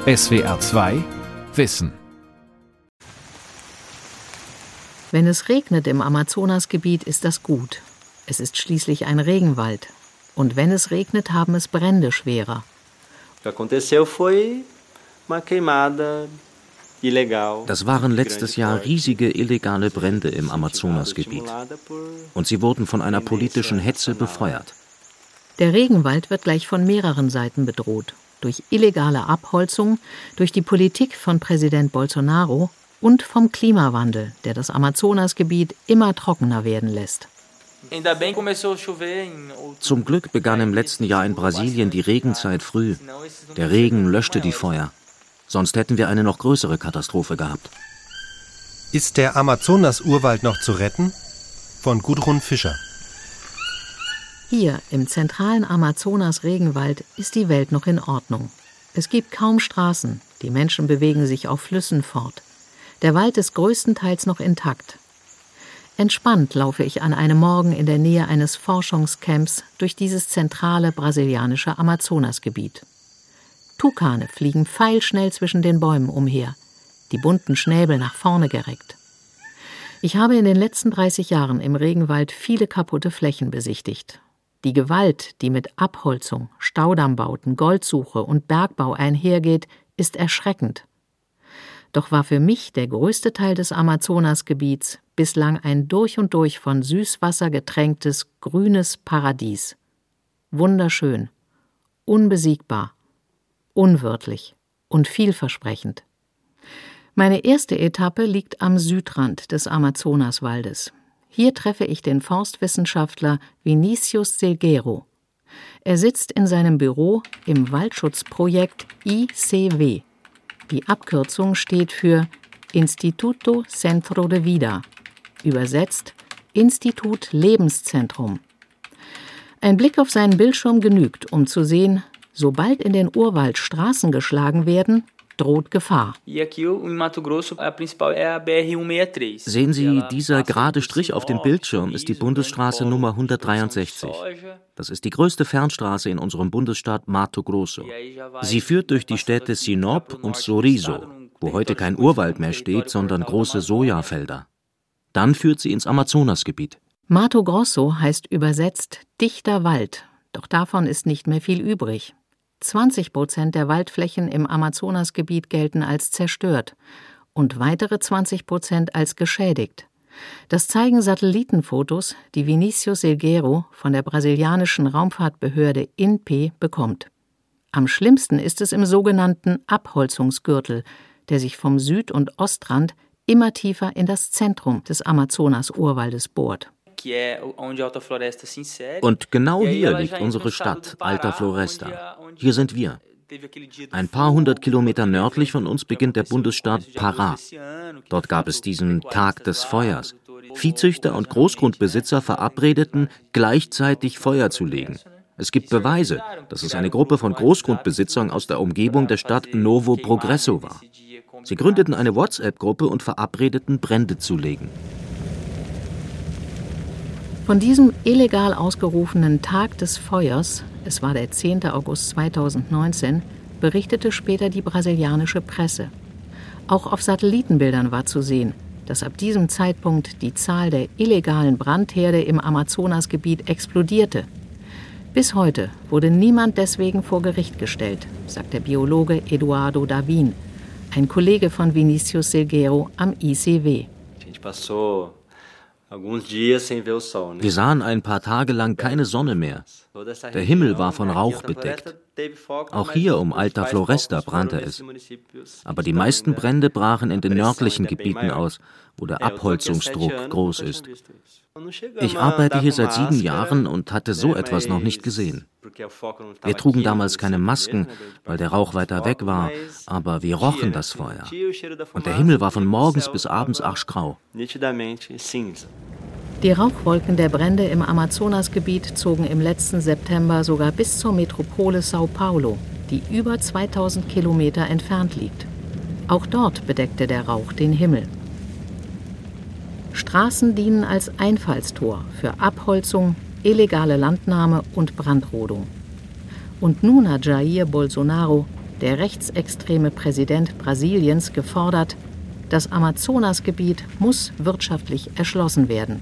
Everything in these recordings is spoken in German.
SWR 2 Wissen. Wenn es regnet im Amazonasgebiet, ist das gut. Es ist schließlich ein Regenwald. Und wenn es regnet, haben es Brände schwerer. Das waren letztes Jahr riesige illegale Brände im Amazonasgebiet. Und sie wurden von einer politischen Hetze befeuert. Der Regenwald wird gleich von mehreren Seiten bedroht. Durch illegale Abholzung, durch die Politik von Präsident Bolsonaro und vom Klimawandel, der das Amazonasgebiet immer trockener werden lässt. Zum Glück begann im letzten Jahr in Brasilien die Regenzeit früh. Der Regen löschte die Feuer. Sonst hätten wir eine noch größere Katastrophe gehabt. Ist der Amazonas-Urwald noch zu retten? Von Gudrun Fischer. Hier im zentralen Amazonas-Regenwald ist die Welt noch in Ordnung. Es gibt kaum Straßen, die Menschen bewegen sich auf Flüssen fort. Der Wald ist größtenteils noch intakt. Entspannt laufe ich an einem Morgen in der Nähe eines Forschungscamps durch dieses zentrale brasilianische Amazonasgebiet. Tukane fliegen pfeilschnell zwischen den Bäumen umher, die bunten Schnäbel nach vorne gereckt. Ich habe in den letzten 30 Jahren im Regenwald viele kaputte Flächen besichtigt. Die Gewalt, die mit Abholzung, Staudammbauten, Goldsuche und Bergbau einhergeht, ist erschreckend. Doch war für mich der größte Teil des Amazonasgebiets bislang ein durch und durch von Süßwasser getränktes, grünes Paradies. Wunderschön, unbesiegbar, unwirtlich und vielversprechend. Meine erste Etappe liegt am Südrand des Amazonaswaldes. Hier treffe ich den Forstwissenschaftler Vinícius Silgueiro. Er sitzt in seinem Büro im Waldschutzprojekt ICW. Die Abkürzung steht für Instituto Centro de Vida, übersetzt Institut Lebenszentrum. Ein Blick auf seinen Bildschirm genügt, um zu sehen, sobald in den Urwald Straßen geschlagen werden, droht Gefahr. Sehen Sie, dieser gerade Strich auf dem Bildschirm ist die Bundesstraße Nummer 163. Das ist die größte Fernstraße in unserem Bundesstaat Mato Grosso. Sie führt durch die Städte Sinop und Sorriso, wo heute kein Urwald mehr steht, sondern große Sojafelder. Dann führt sie ins Amazonasgebiet. Mato Grosso heißt übersetzt dichter Wald, doch davon ist nicht mehr viel übrig. 20% der Waldflächen im Amazonasgebiet gelten als zerstört und weitere 20% als geschädigt. Das zeigen Satellitenfotos, die Vinícius Silgueiro von der brasilianischen Raumfahrtbehörde INPE bekommt. Am schlimmsten ist es im sogenannten Abholzungsgürtel, der sich vom Süd- und Ostrand immer tiefer in das Zentrum des Amazonas-Urwaldes bohrt. Und genau hier liegt unsere Stadt, Alta Floresta. Hier sind wir. Ein paar hundert Kilometer nördlich von uns beginnt der Bundesstaat Pará. Dort gab es diesen Tag des Feuers. Viehzüchter und Großgrundbesitzer verabredeten, gleichzeitig Feuer zu legen. Es gibt Beweise, dass es eine Gruppe von Großgrundbesitzern aus der Umgebung der Stadt Novo Progresso war. Sie gründeten eine WhatsApp-Gruppe und verabredeten, Brände zu legen. Von diesem illegal ausgerufenen Tag des Feuers, es war der 10. August 2019, berichtete später die brasilianische Presse. Auch auf Satellitenbildern war zu sehen, dass ab diesem Zeitpunkt die Zahl der illegalen Brandherde im Amazonasgebiet explodierte. Bis heute wurde niemand deswegen vor Gericht gestellt, sagt der Biologe Eduardo Davin, ein Kollege von Vinícius Silgueiro am ICW. Wir sahen ein paar Tage lang keine Sonne mehr. Der Himmel war von Rauch bedeckt. Auch hier um Alta Floresta brannte es. Aber die meisten Brände brachen in den nördlichen Gebieten aus, wo der Abholzungsdruck groß ist. Ich arbeite hier seit 7 Jahren und hatte so etwas noch nicht gesehen. Wir trugen damals keine Masken, weil der Rauch weiter weg war, aber wir rochen das Feuer. Und der Himmel war von morgens bis abends aschgrau. Die Rauchwolken der Brände im Amazonasgebiet zogen im letzten September sogar bis zur Metropole São Paulo, die über 2000 Kilometer entfernt liegt. Auch dort bedeckte der Rauch den Himmel. Straßen dienen als Einfallstor für Abholzung, illegale Landnahme und Brandrodung. Und nun hat Jair Bolsonaro, der rechtsextreme Präsident Brasiliens, gefordert, das Amazonasgebiet muss wirtschaftlich erschlossen werden.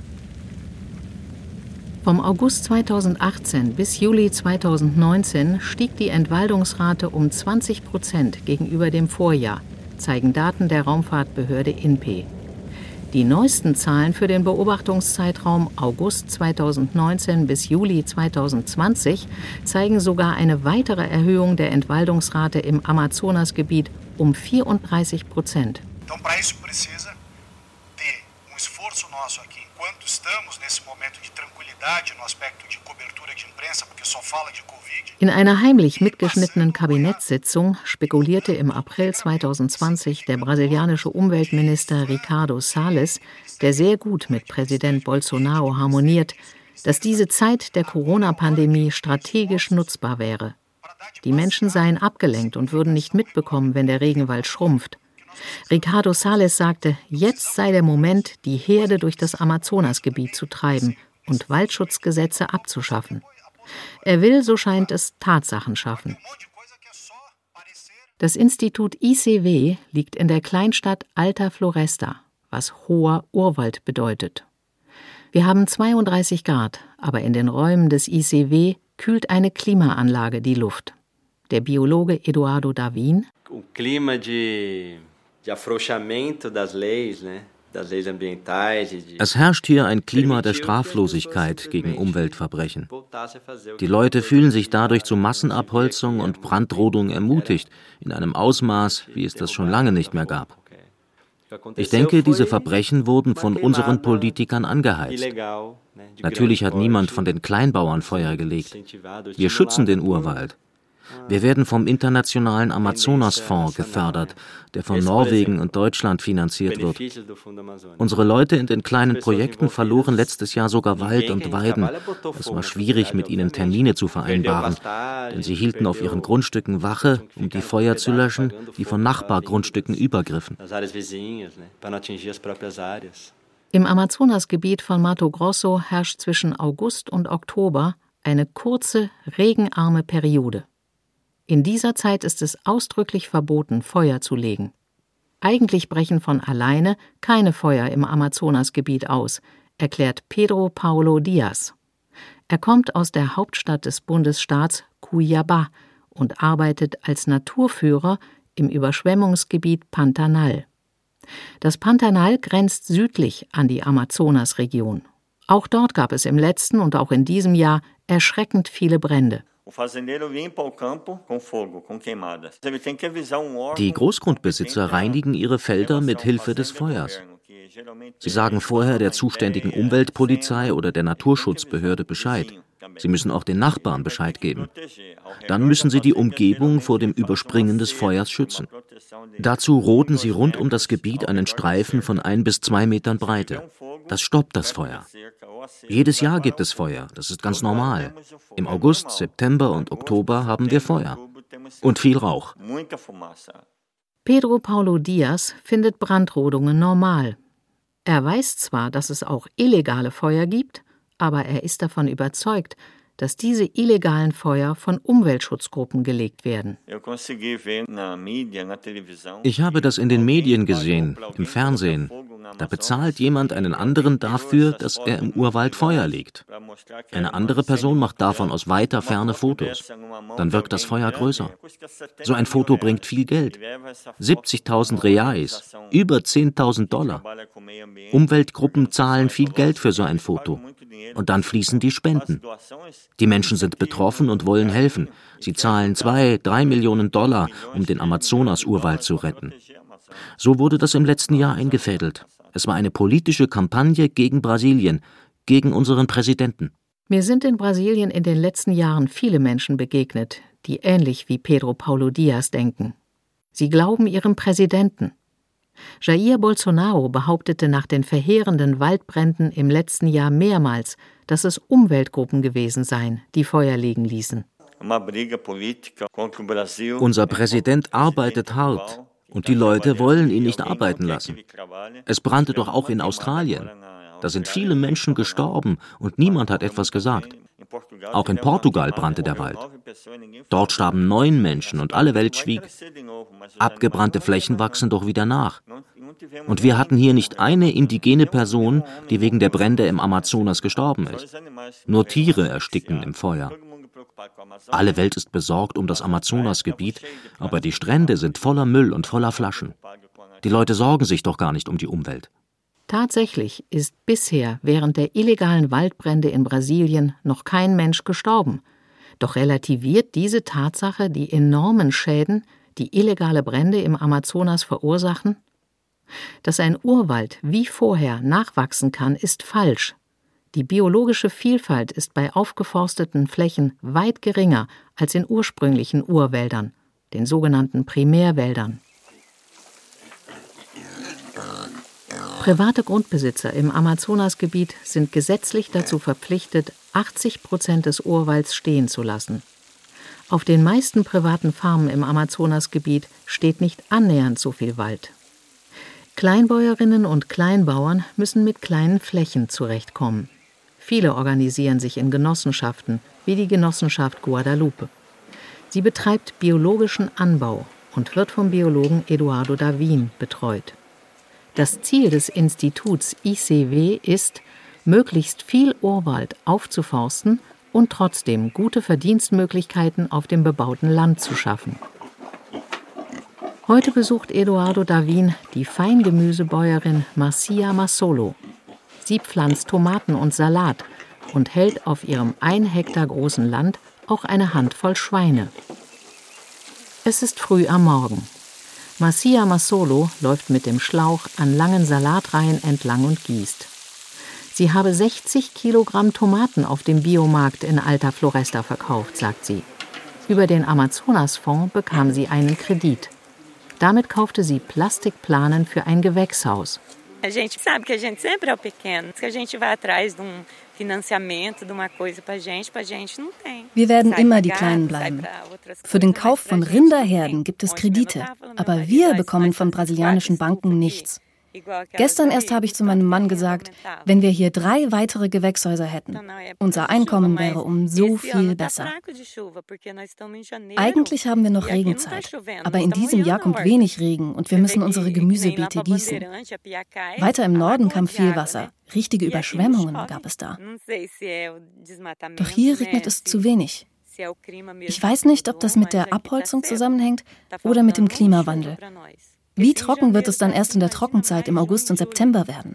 Vom August 2018 bis Juli 2019 stieg die Entwaldungsrate um 20% gegenüber dem Vorjahr, zeigen Daten der Raumfahrtbehörde INPE. Die neuesten Zahlen für den Beobachtungszeitraum August 2019 bis Juli 2020 zeigen sogar eine weitere Erhöhung der Entwaldungsrate im Amazonasgebiet um 34%. Então, para isso precisa ter esforço nosso aqui, enquanto estamos nesse momento de tranquilidade no aspecto de cobertura de imprensa, porque só fala de Covid. In einer heimlich mitgeschnittenen Kabinettssitzung spekulierte im April 2020 der brasilianische Umweltminister Ricardo Salles, der sehr gut mit Präsident Bolsonaro harmoniert, dass diese Zeit der Corona-Pandemie strategisch nutzbar wäre. Die Menschen seien abgelenkt und würden nicht mitbekommen, wenn der Regenwald schrumpft. Ricardo Salles sagte, jetzt sei der Moment, die Herde durch das Amazonasgebiet zu treiben und Waldschutzgesetze abzuschaffen. Er will, so scheint es, Tatsachen schaffen. Das Institut ICW liegt in der Kleinstadt Alta Floresta, was hoher Urwald bedeutet. Wir haben 32 Grad, aber in den Räumen des ICW kühlt eine Klimaanlage die Luft. Der Biologe Eduardo Davin: Klima de afrouxamento das leis, ne? Es herrscht hier ein Klima der Straflosigkeit gegen Umweltverbrechen. Die Leute fühlen sich dadurch zu Massenabholzung und Brandrodung ermutigt, in einem Ausmaß, wie es das schon lange nicht mehr gab. Ich denke, diese Verbrechen wurden von unseren Politikern angeheizt. Natürlich hat niemand von den Kleinbauern Feuer gelegt. Wir schützen den Urwald. Wir werden vom internationalen Amazonasfonds gefördert, der von Norwegen und Deutschland finanziert wird. Unsere Leute in den kleinen Projekten verloren letztes Jahr sogar Wald und Weiden. Es war schwierig, mit ihnen Termine zu vereinbaren, denn sie hielten auf ihren Grundstücken Wache, um die Feuer zu löschen, die von Nachbargrundstücken übergriffen. Im Amazonasgebiet von Mato Grosso herrscht zwischen August und Oktober eine kurze, regenarme Periode. In dieser Zeit ist es ausdrücklich verboten, Feuer zu legen. Eigentlich brechen von alleine keine Feuer im Amazonasgebiet aus, erklärt Pedro Paulo Dias. Er kommt aus der Hauptstadt des Bundesstaats Cuiabá und arbeitet als Naturführer im Überschwemmungsgebiet Pantanal. Das Pantanal grenzt südlich an die Amazonasregion. Auch dort gab es im letzten und auch in diesem Jahr erschreckend viele Brände. Die Großgrundbesitzer reinigen ihre Felder mit Hilfe des Feuers. Sie sagen vorher der zuständigen Umweltpolizei oder der Naturschutzbehörde Bescheid. Sie müssen auch den Nachbarn Bescheid geben. Dann müssen sie die Umgebung vor dem Überspringen des Feuers schützen. Dazu roden sie rund um das Gebiet einen Streifen von 1 bis 2 Metern Breite. Das stoppt das Feuer. Jedes Jahr gibt es Feuer, das ist ganz normal. Im August, September und Oktober haben wir Feuer. Und viel Rauch. Pedro Paulo Dias findet Brandrodungen normal. Er weiß zwar, dass es auch illegale Feuer gibt, aber er ist davon überzeugt, dass diese illegalen Feuer von Umweltschutzgruppen gelegt werden. Ich habe das in den Medien gesehen, im Fernsehen. Da bezahlt jemand einen anderen dafür, dass er im Urwald Feuer legt. Eine andere Person macht davon aus weiter Ferne Fotos. Dann wirkt das Feuer größer. So ein Foto bringt viel Geld. 70.000 Reais, über $10.000. Umweltgruppen zahlen viel Geld für so ein Foto. Und dann fließen die Spenden. Die Menschen sind betroffen und wollen helfen. Sie zahlen 2-3 Millionen $, um den Amazonas-Urwald zu retten. So wurde das im letzten Jahr eingefädelt. Es war eine politische Kampagne gegen Brasilien, gegen unseren Präsidenten. Mir sind in Brasilien in den letzten Jahren viele Menschen begegnet, die ähnlich wie Pedro Paulo Dias denken. Sie glauben ihrem Präsidenten. Jair Bolsonaro behauptete nach den verheerenden Waldbränden im letzten Jahr mehrmals, dass es Umweltgruppen gewesen seien, die Feuer legen ließen. Unser Präsident arbeitet hart. Und die Leute wollen ihn nicht arbeiten lassen. Es brannte doch auch in Australien. Da sind viele Menschen gestorben und niemand hat etwas gesagt. Auch in Portugal brannte der Wald. Dort starben 9 Menschen und alle Welt schwieg. Abgebrannte Flächen wachsen doch wieder nach. Und wir hatten hier nicht eine indigene Person, die wegen der Brände im Amazonas gestorben ist. Nur Tiere ersticken im Feuer. Alle Welt ist besorgt um das Amazonasgebiet, aber die Strände sind voller Müll und voller Flaschen. Die Leute sorgen sich doch gar nicht um die Umwelt. Tatsächlich ist bisher während der illegalen Waldbrände in Brasilien noch kein Mensch gestorben. Doch relativiert diese Tatsache die enormen Schäden, die illegale Brände im Amazonas verursachen? Dass ein Urwald wie vorher nachwachsen kann, ist falsch. Die biologische Vielfalt ist bei aufgeforsteten Flächen weit geringer als in ursprünglichen Urwäldern, den sogenannten Primärwäldern. Private Grundbesitzer im Amazonasgebiet sind gesetzlich dazu verpflichtet, 80% des Urwalds stehen zu lassen. Auf den meisten privaten Farmen im Amazonasgebiet steht nicht annähernd so viel Wald. Kleinbäuerinnen und Kleinbauern müssen mit kleinen Flächen zurechtkommen. Viele organisieren sich in Genossenschaften, wie die Genossenschaft Guadalupe. Sie betreibt biologischen Anbau und wird vom Biologen Eduardo Davin betreut. Das Ziel des Instituts ICW ist, möglichst viel Urwald aufzuforsten und trotzdem gute Verdienstmöglichkeiten auf dem bebauten Land zu schaffen. Heute besucht Eduardo Davin die Feingemüsebäuerin Marcia Massolo. Sie pflanzt Tomaten und Salat und hält auf ihrem 1 Hektar großen Land auch eine Handvoll Schweine. Es ist früh am Morgen. Marcia Massolo läuft mit dem Schlauch an langen Salatreihen entlang und gießt. Sie habe 60 Kilogramm Tomaten auf dem Biomarkt in Alta Floresta verkauft, sagt sie. Über den Amazonasfonds bekam sie einen Kredit. Damit kaufte sie Plastikplanen für ein Gewächshaus. A gente sabe que a gente sempre é o pequeno, que a gente vai atrás de financiamento, de uma coisa pra gente não tem. Wir werden immer die Kleinen bleiben. Für den Kauf von Rinderherden gibt es Kredite, aber wir bekommen von brasilianischen Banken nichts. Gestern erst habe ich zu meinem Mann gesagt, wenn wir hier 3 weitere Gewächshäuser hätten, unser Einkommen wäre um so viel besser. Eigentlich haben wir noch Regenzeit, aber in diesem Jahr kommt wenig Regen und wir müssen unsere Gemüsebeete gießen. Weiter im Norden kam viel Wasser, richtige Überschwemmungen gab es da. Doch hier regnet es zu wenig. Ich weiß nicht, ob das mit der Abholzung zusammenhängt oder mit dem Klimawandel. Wie trocken wird es dann erst in der Trockenzeit im August und September werden?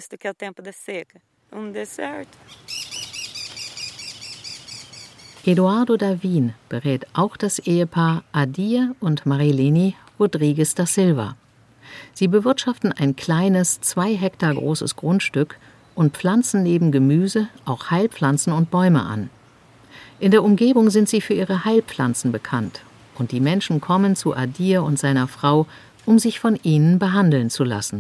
Eduardo Davin berät auch das Ehepaar Adir und Marilene Rodrigues da Silva. Sie bewirtschaften ein kleines, 2 Hektar großes Grundstück und pflanzen neben Gemüse auch Heilpflanzen und Bäume an. In der Umgebung sind sie für ihre Heilpflanzen bekannt und die Menschen kommen zu Adir und seiner Frau, um sich von ihnen behandeln zu lassen.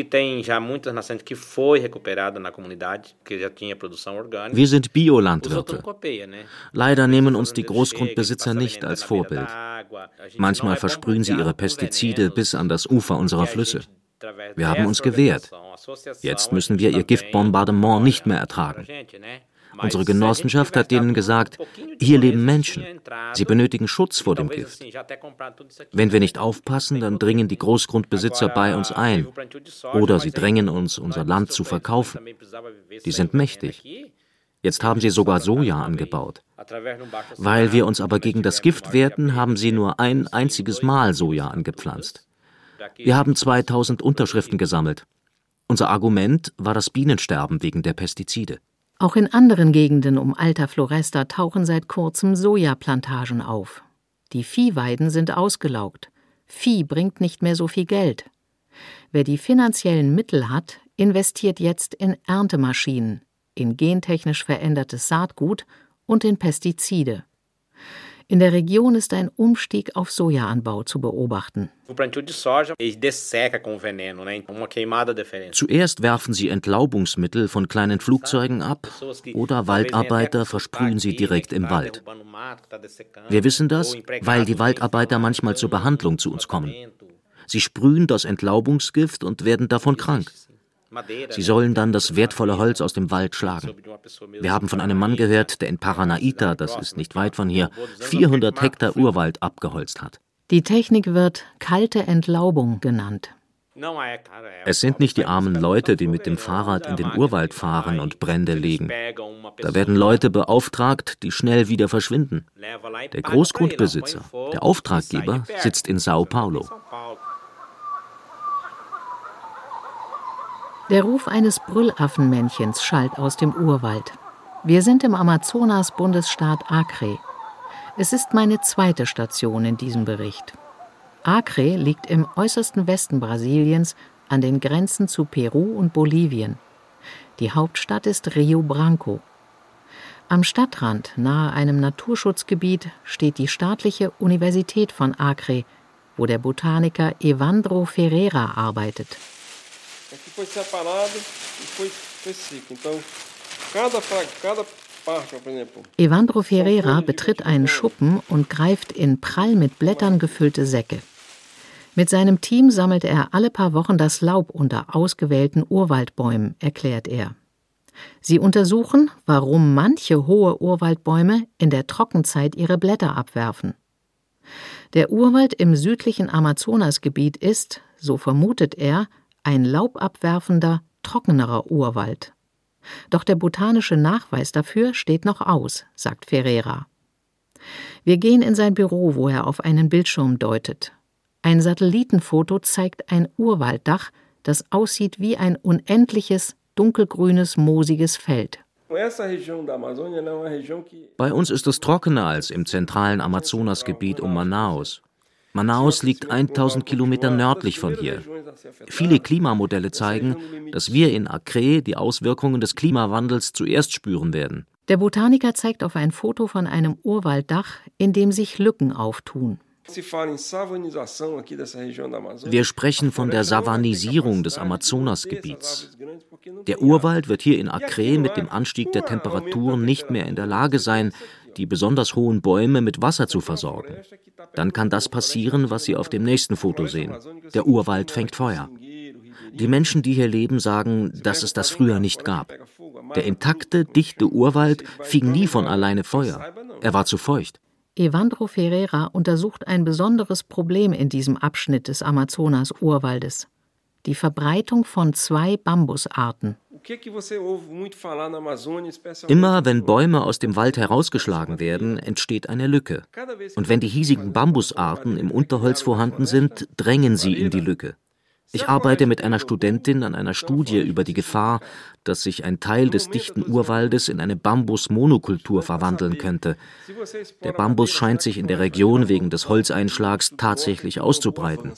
Wir sind Biolandwirte. Leider nehmen uns die Großgrundbesitzer nicht als Vorbild. Manchmal versprühen sie ihre Pestizide bis an das Ufer unserer Flüsse. Wir haben uns gewehrt. Jetzt müssen wir ihr Giftbombardement nicht mehr ertragen. Unsere Genossenschaft hat denen gesagt, hier leben Menschen. Sie benötigen Schutz vor dem Gift. Wenn wir nicht aufpassen, dann dringen die Großgrundbesitzer bei uns ein. Oder sie drängen uns, unser Land zu verkaufen. Die sind mächtig. Jetzt haben sie sogar Soja angebaut. Weil wir uns aber gegen das Gift wehrten, haben sie nur ein einziges Mal Soja angepflanzt. Wir haben 2000 Unterschriften gesammelt. Unser Argument war das Bienensterben wegen der Pestizide. Auch in anderen Gegenden um Alta Floresta tauchen seit kurzem Sojaplantagen auf. Die Viehweiden sind ausgelaugt. Vieh bringt nicht mehr so viel Geld. Wer die finanziellen Mittel hat, investiert jetzt in Erntemaschinen, in gentechnisch verändertes Saatgut und in Pestizide. In der Region ist ein Umstieg auf Sojaanbau zu beobachten. Zuerst werfen sie Entlaubungsmittel von kleinen Flugzeugen ab oder Waldarbeiter versprühen sie direkt im Wald. Wir wissen das, weil die Waldarbeiter manchmal zur Behandlung zu uns kommen. Sie sprühen das Entlaubungsgift und werden davon krank. Sie sollen dann das wertvolle Holz aus dem Wald schlagen. Wir haben von einem Mann gehört, der in Paranaíta, das ist nicht weit von hier, 400 Hektar Urwald abgeholzt hat. Die Technik wird kalte Entlaubung genannt. Es sind nicht die armen Leute, die mit dem Fahrrad in den Urwald fahren und Brände legen. Da werden Leute beauftragt, die schnell wieder verschwinden. Der Großgrundbesitzer, der Auftraggeber, sitzt in São Paulo. Der Ruf eines Brüllaffenmännchens schallt aus dem Urwald. Wir sind im Amazonas-Bundesstaat Acre. Es ist meine zweite Station in diesem Bericht. Acre liegt im äußersten Westen Brasiliens an den Grenzen zu Peru und Bolivien. Die Hauptstadt ist Rio Branco. Am Stadtrand, nahe einem Naturschutzgebiet, steht die staatliche Universität von Acre, wo der Botaniker Evandro Ferreira arbeitet. Evandro Ferreira betritt einen Schuppen und greift in prall mit Blättern gefüllte Säcke. Mit seinem Team sammelt er alle paar Wochen das Laub unter ausgewählten Urwaldbäumen, erklärt er. Sie untersuchen, warum manche hohe Urwaldbäume in der Trockenzeit ihre Blätter abwerfen. Der Urwald im südlichen Amazonasgebiet ist, so vermutet er, ein laubabwerfender, trockenerer Urwald. Doch der botanische Nachweis dafür steht noch aus, sagt Ferreira. Wir gehen in sein Büro, wo er auf einen Bildschirm deutet. Ein Satellitenfoto zeigt ein Urwalddach, das aussieht wie ein unendliches, dunkelgrünes, moosiges Feld. Bei uns ist es trockener als im zentralen Amazonasgebiet um Manaus. Manaus liegt 1000 Kilometer nördlich von hier. Viele Klimamodelle zeigen, dass wir in Acre die Auswirkungen des Klimawandels zuerst spüren werden. Der Botaniker zeigt auf ein Foto von einem Urwalddach, in dem sich Lücken auftun. Wir sprechen von der Savannisierung des Amazonasgebiets. Der Urwald wird hier in Acre mit dem Anstieg der Temperaturen nicht mehr in der Lage sein, die besonders hohen Bäume mit Wasser zu versorgen. Dann kann das passieren, was Sie auf dem nächsten Foto sehen. Der Urwald fängt Feuer. Die Menschen, die hier leben, sagen, dass es das früher nicht gab. Der intakte, dichte Urwald fing nie von alleine Feuer. Er war zu feucht. Evandro Ferreira untersucht ein besonderes Problem in diesem Abschnitt des Amazonas-Urwaldes: die Verbreitung von 2 Bambusarten. Immer wenn Bäume aus dem Wald herausgeschlagen werden, entsteht eine Lücke. Und wenn die hiesigen Bambusarten im Unterholz vorhanden sind, drängen sie in die Lücke. Ich arbeite mit einer Studentin an einer Studie über die Gefahr, dass sich ein Teil des dichten Urwaldes in eine Bambusmonokultur verwandeln könnte. Der Bambus scheint sich in der Region wegen des Holzeinschlags tatsächlich auszubreiten.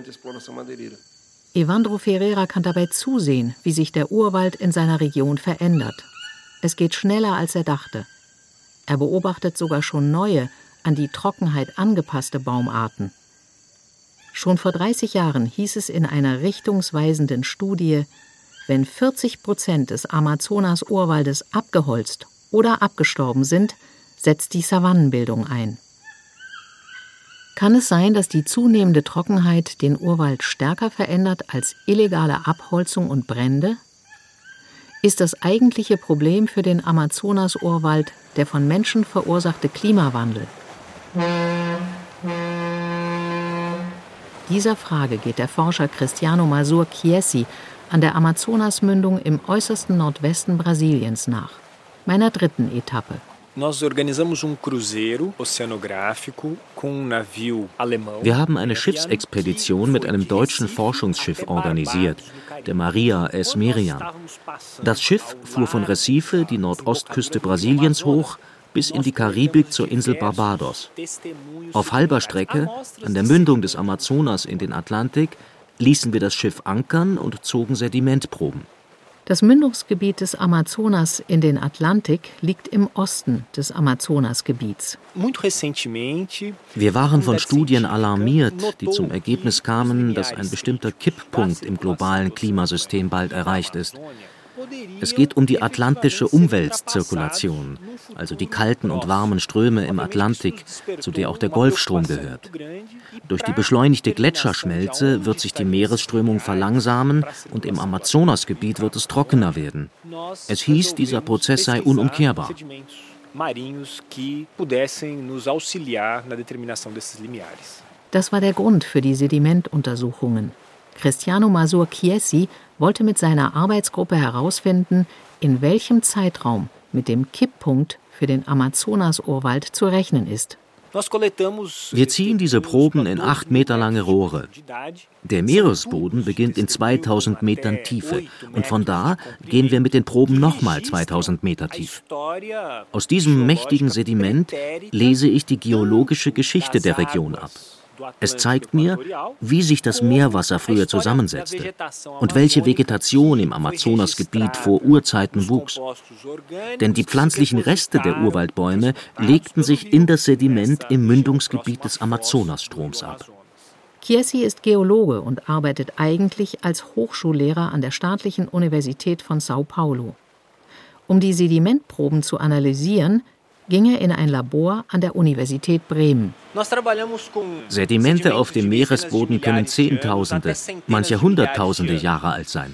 Evandro Ferreira kann dabei zusehen, wie sich der Urwald in seiner Region verändert. Es geht schneller, als er dachte. Er beobachtet sogar schon neue, an die Trockenheit angepasste Baumarten. Schon vor 30 Jahren hieß es in einer richtungsweisenden Studie, wenn 40% des Amazonas-Urwaldes abgeholzt oder abgestorben sind, setzt die Savannenbildung ein. Kann es sein, dass die zunehmende Trockenheit den Urwald stärker verändert als illegale Abholzung und Brände? Ist das eigentliche Problem für den Amazonas-Urwald der von Menschen verursachte Klimawandel? Dieser Frage geht der Forscher Cristiano Mazur Chiesi an der Amazonasmündung im äußersten Nordwesten Brasiliens nach, meiner dritten Etappe. Wir haben eine Schiffsexpedition mit einem deutschen Forschungsschiff organisiert, der Maria S. Merian. Das Schiff fuhr von Recife, die Nordostküste Brasiliens, hoch bis in die Karibik zur Insel Barbados. Auf halber Strecke, an der Mündung des Amazonas in den Atlantik, ließen wir das Schiff ankern und zogen Sedimentproben. Das Mündungsgebiet des Amazonas in den Atlantik liegt im Osten des Amazonasgebiets. Wir waren von Studien alarmiert, die zum Ergebnis kamen, dass ein bestimmter Kipppunkt im globalen Klimasystem bald erreicht ist. Es geht um die atlantische Umweltzirkulation, also die kalten und warmen Ströme im Atlantik, zu der auch der Golfstrom gehört. Durch die beschleunigte Gletscherschmelze wird sich die Meeresströmung verlangsamen und im Amazonasgebiet wird es trockener werden. Es hieß, dieser Prozess sei unumkehrbar. Das war der Grund für die Sedimentuntersuchungen. Cristiano Masur Chiesi wollte mit seiner Arbeitsgruppe herausfinden, in welchem Zeitraum mit dem Kipppunkt für den Amazonas-Urwald zu rechnen ist. Wir ziehen diese Proben in 8 Meter lange Rohre. Der Meeresboden beginnt in 2000 Metern Tiefe und von da gehen wir mit den Proben nochmal 2000 Meter tief. Aus diesem mächtigen Sediment lese ich die geologische Geschichte der Region ab. Es zeigt mir, wie sich das Meerwasser früher zusammensetzte und welche Vegetation im Amazonasgebiet vor Urzeiten wuchs. Denn die pflanzlichen Reste der Urwaldbäume legten sich in das Sediment im Mündungsgebiet des Amazonasstroms ab. Chiesi ist Geologe und arbeitet eigentlich als Hochschullehrer an der Staatlichen Universität von Sao Paulo. Um die Sedimentproben zu analysieren, ging er in ein Labor an der Universität Bremen. Sedimente auf dem Meeresboden können Zehntausende, manche Hunderttausende Jahre alt sein.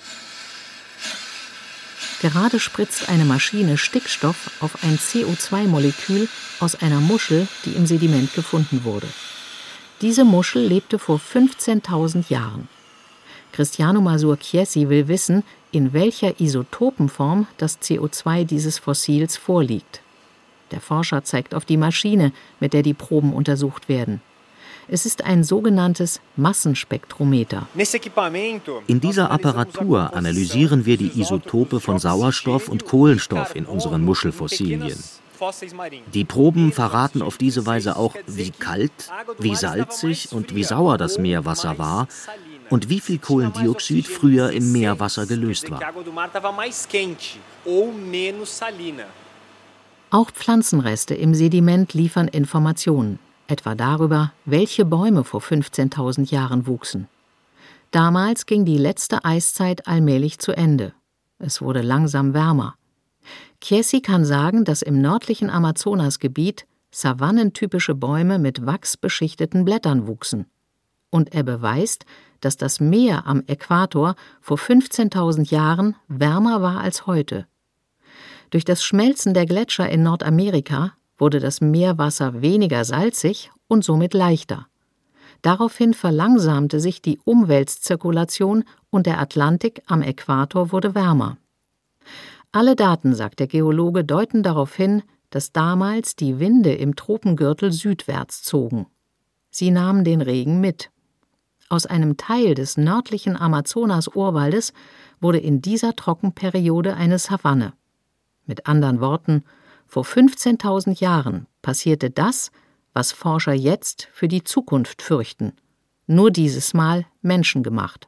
Gerade spritzt eine Maschine Stickstoff auf ein CO2-Molekül aus einer Muschel, die im Sediment gefunden wurde. Diese Muschel lebte vor 15.000 Jahren. Cristiano Masur Chiesi will wissen, in welcher Isotopenform das CO2 dieses Fossils vorliegt. Der Forscher zeigt auf die Maschine, mit der die Proben untersucht werden. Es ist ein sogenanntes Massenspektrometer. In dieser Apparatur analysieren wir die Isotope von Sauerstoff und Kohlenstoff in unseren Muschelfossilien. Die Proben verraten auf diese Weise auch, wie kalt, wie salzig und wie sauer das Meerwasser war und wie viel Kohlendioxid früher im Meerwasser gelöst war. Auch Pflanzenreste im Sediment liefern Informationen, etwa darüber, welche Bäume vor 15.000 Jahren wuchsen. Damals ging die letzte Eiszeit allmählich zu Ende. Es wurde langsam wärmer. Chiesi kann sagen, dass im nördlichen Amazonasgebiet savannentypische Bäume mit wachsbeschichteten Blättern wuchsen. Und er beweist, dass das Meer am Äquator vor 15.000 Jahren wärmer war als heute. Durch das Schmelzen der Gletscher in Nordamerika wurde das Meerwasser weniger salzig und somit leichter. Daraufhin verlangsamte sich die Umweltzirkulation und der Atlantik am Äquator wurde wärmer. Alle Daten, sagt der Geologe, deuten darauf hin, dass damals die Winde im Tropengürtel südwärts zogen. Sie nahmen den Regen mit. Aus einem Teil des nördlichen Amazonas-Urwaldes wurde in dieser Trockenperiode eine Savanne. Mit anderen Worten, vor 15.000 Jahren passierte das, was Forscher jetzt für die Zukunft fürchten. Nur dieses Mal menschengemacht.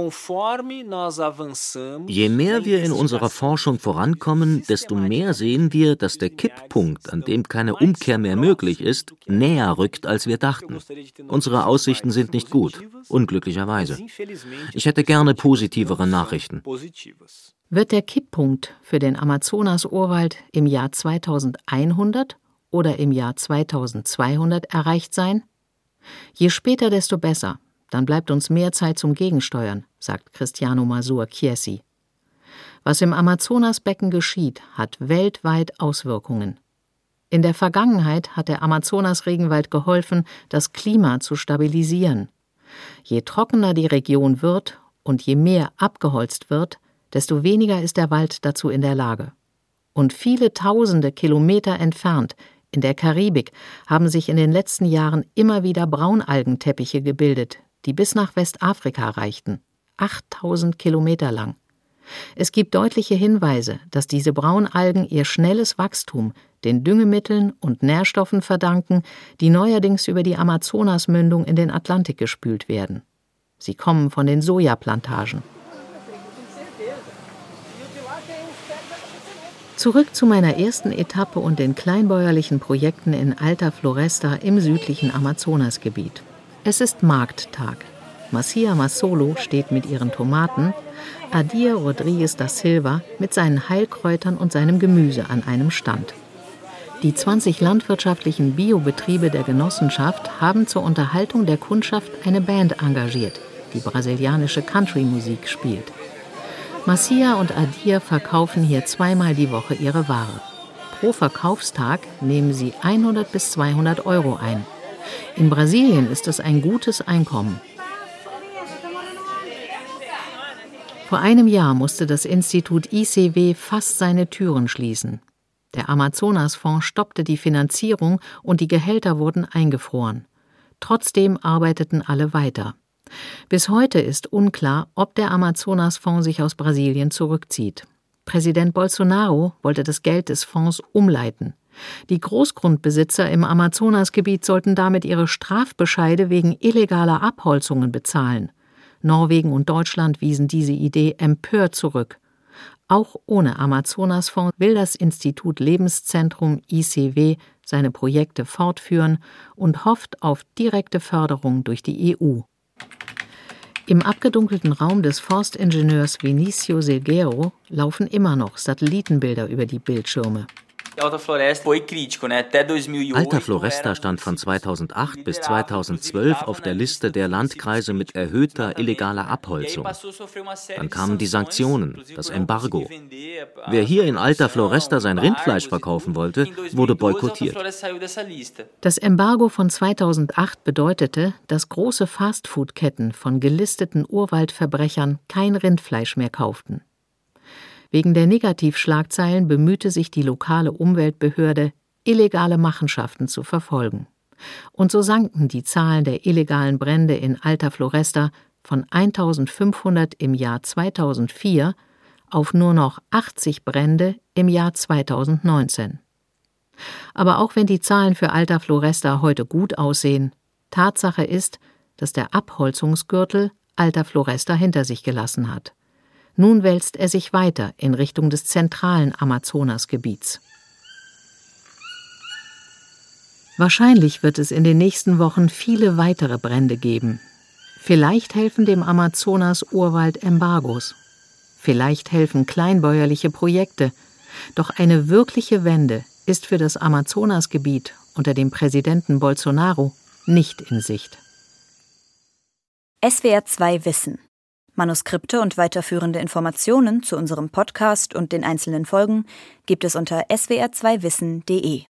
Je mehr wir in unserer Forschung vorankommen, desto mehr sehen wir, dass der Kipppunkt, an dem keine Umkehr mehr möglich ist, näher rückt, als wir dachten. Unsere Aussichten sind nicht gut, unglücklicherweise. Ich hätte gerne positivere Nachrichten. Wird der Kipppunkt für den Amazonas-Urwald im Jahr 2100 oder im Jahr 2200 erreicht sein? Je später, desto besser. Dann bleibt uns mehr Zeit zum Gegensteuern, sagt Cristiano Masur Chiesi. Was im Amazonasbecken geschieht, hat weltweit Auswirkungen. In der Vergangenheit hat der Amazonas-Regenwald geholfen, das Klima zu stabilisieren. Je trockener die Region wird und je mehr abgeholzt wird, desto weniger ist der Wald dazu in der Lage. Und viele tausende Kilometer entfernt, in der Karibik, haben sich in den letzten Jahren immer wieder Braunalgenteppiche gebildet, die bis nach Westafrika reichten, 8000 Kilometer lang. Es gibt deutliche Hinweise, dass diese Braunalgen ihr schnelles Wachstum den Düngemitteln und Nährstoffen verdanken, die neuerdings über die Amazonasmündung in den Atlantik gespült werden. Sie kommen von den Sojaplantagen. Zurück zu meiner ersten Etappe und den kleinbäuerlichen Projekten in Alta Floresta im südlichen Amazonasgebiet. Es ist Markttag. Marcia Massolo steht mit ihren Tomaten, Adir Rodrigues da Silva mit seinen Heilkräutern und seinem Gemüse an einem Stand. Die 20 landwirtschaftlichen Biobetriebe der Genossenschaft haben zur Unterhaltung der Kundschaft eine Band engagiert, die brasilianische Country-Musik spielt. Marcia und Adir verkaufen hier zweimal die Woche ihre Ware. Pro Verkaufstag nehmen sie 100 bis 200 Euro ein. In Brasilien ist es ein gutes Einkommen. Vor einem Jahr musste das Institut ICW fast seine Türen schließen. Der Amazonasfonds stoppte die Finanzierung und die Gehälter wurden eingefroren. Trotzdem arbeiteten alle weiter. Bis heute ist unklar, ob der Amazonasfonds sich aus Brasilien zurückzieht. Präsident Bolsonaro wollte das Geld des Fonds umleiten. Die Großgrundbesitzer im Amazonasgebiet sollten damit ihre Strafbescheide wegen illegaler Abholzungen bezahlen. Norwegen und Deutschland wiesen diese Idee empört zurück. Auch ohne Amazonasfonds will das Institut Lebenszentrum ICW seine Projekte fortführen und hofft auf direkte Förderung durch die EU. Im abgedunkelten Raum des Forstingenieurs Vinicio Silgueiro laufen immer noch Satellitenbilder über die Bildschirme. Alta Floresta stand von 2008 bis 2012 auf der Liste der Landkreise mit erhöhter illegaler Abholzung. Dann kamen die Sanktionen, das Embargo. Wer hier in Alta Floresta sein Rindfleisch verkaufen wollte, wurde boykottiert. Das Embargo von 2008 bedeutete, dass große Fastfood-Ketten von gelisteten Urwaldverbrechern kein Rindfleisch mehr kauften. Wegen der Negativschlagzeilen bemühte sich die lokale Umweltbehörde, illegale Machenschaften zu verfolgen. Und so sanken die Zahlen der illegalen Brände in Alta Floresta von 1500 im Jahr 2004 auf nur noch 80 Brände im Jahr 2019. Aber auch wenn die Zahlen für Alta Floresta heute gut aussehen, Tatsache ist, dass der Abholzungsgürtel Alta Floresta hinter sich gelassen hat. Nun wälzt er sich weiter in Richtung des zentralen Amazonasgebiets. Wahrscheinlich wird es in den nächsten Wochen viele weitere Brände geben. Vielleicht helfen dem Amazonas-Urwald Embargos. Vielleicht helfen kleinbäuerliche Projekte. Doch eine wirkliche Wende ist für das Amazonasgebiet unter dem Präsidenten Bolsonaro nicht in Sicht. SWR 2 Wissen. Manuskripte und weiterführende Informationen zu unserem Podcast und den einzelnen Folgen gibt es unter swr2wissen.de.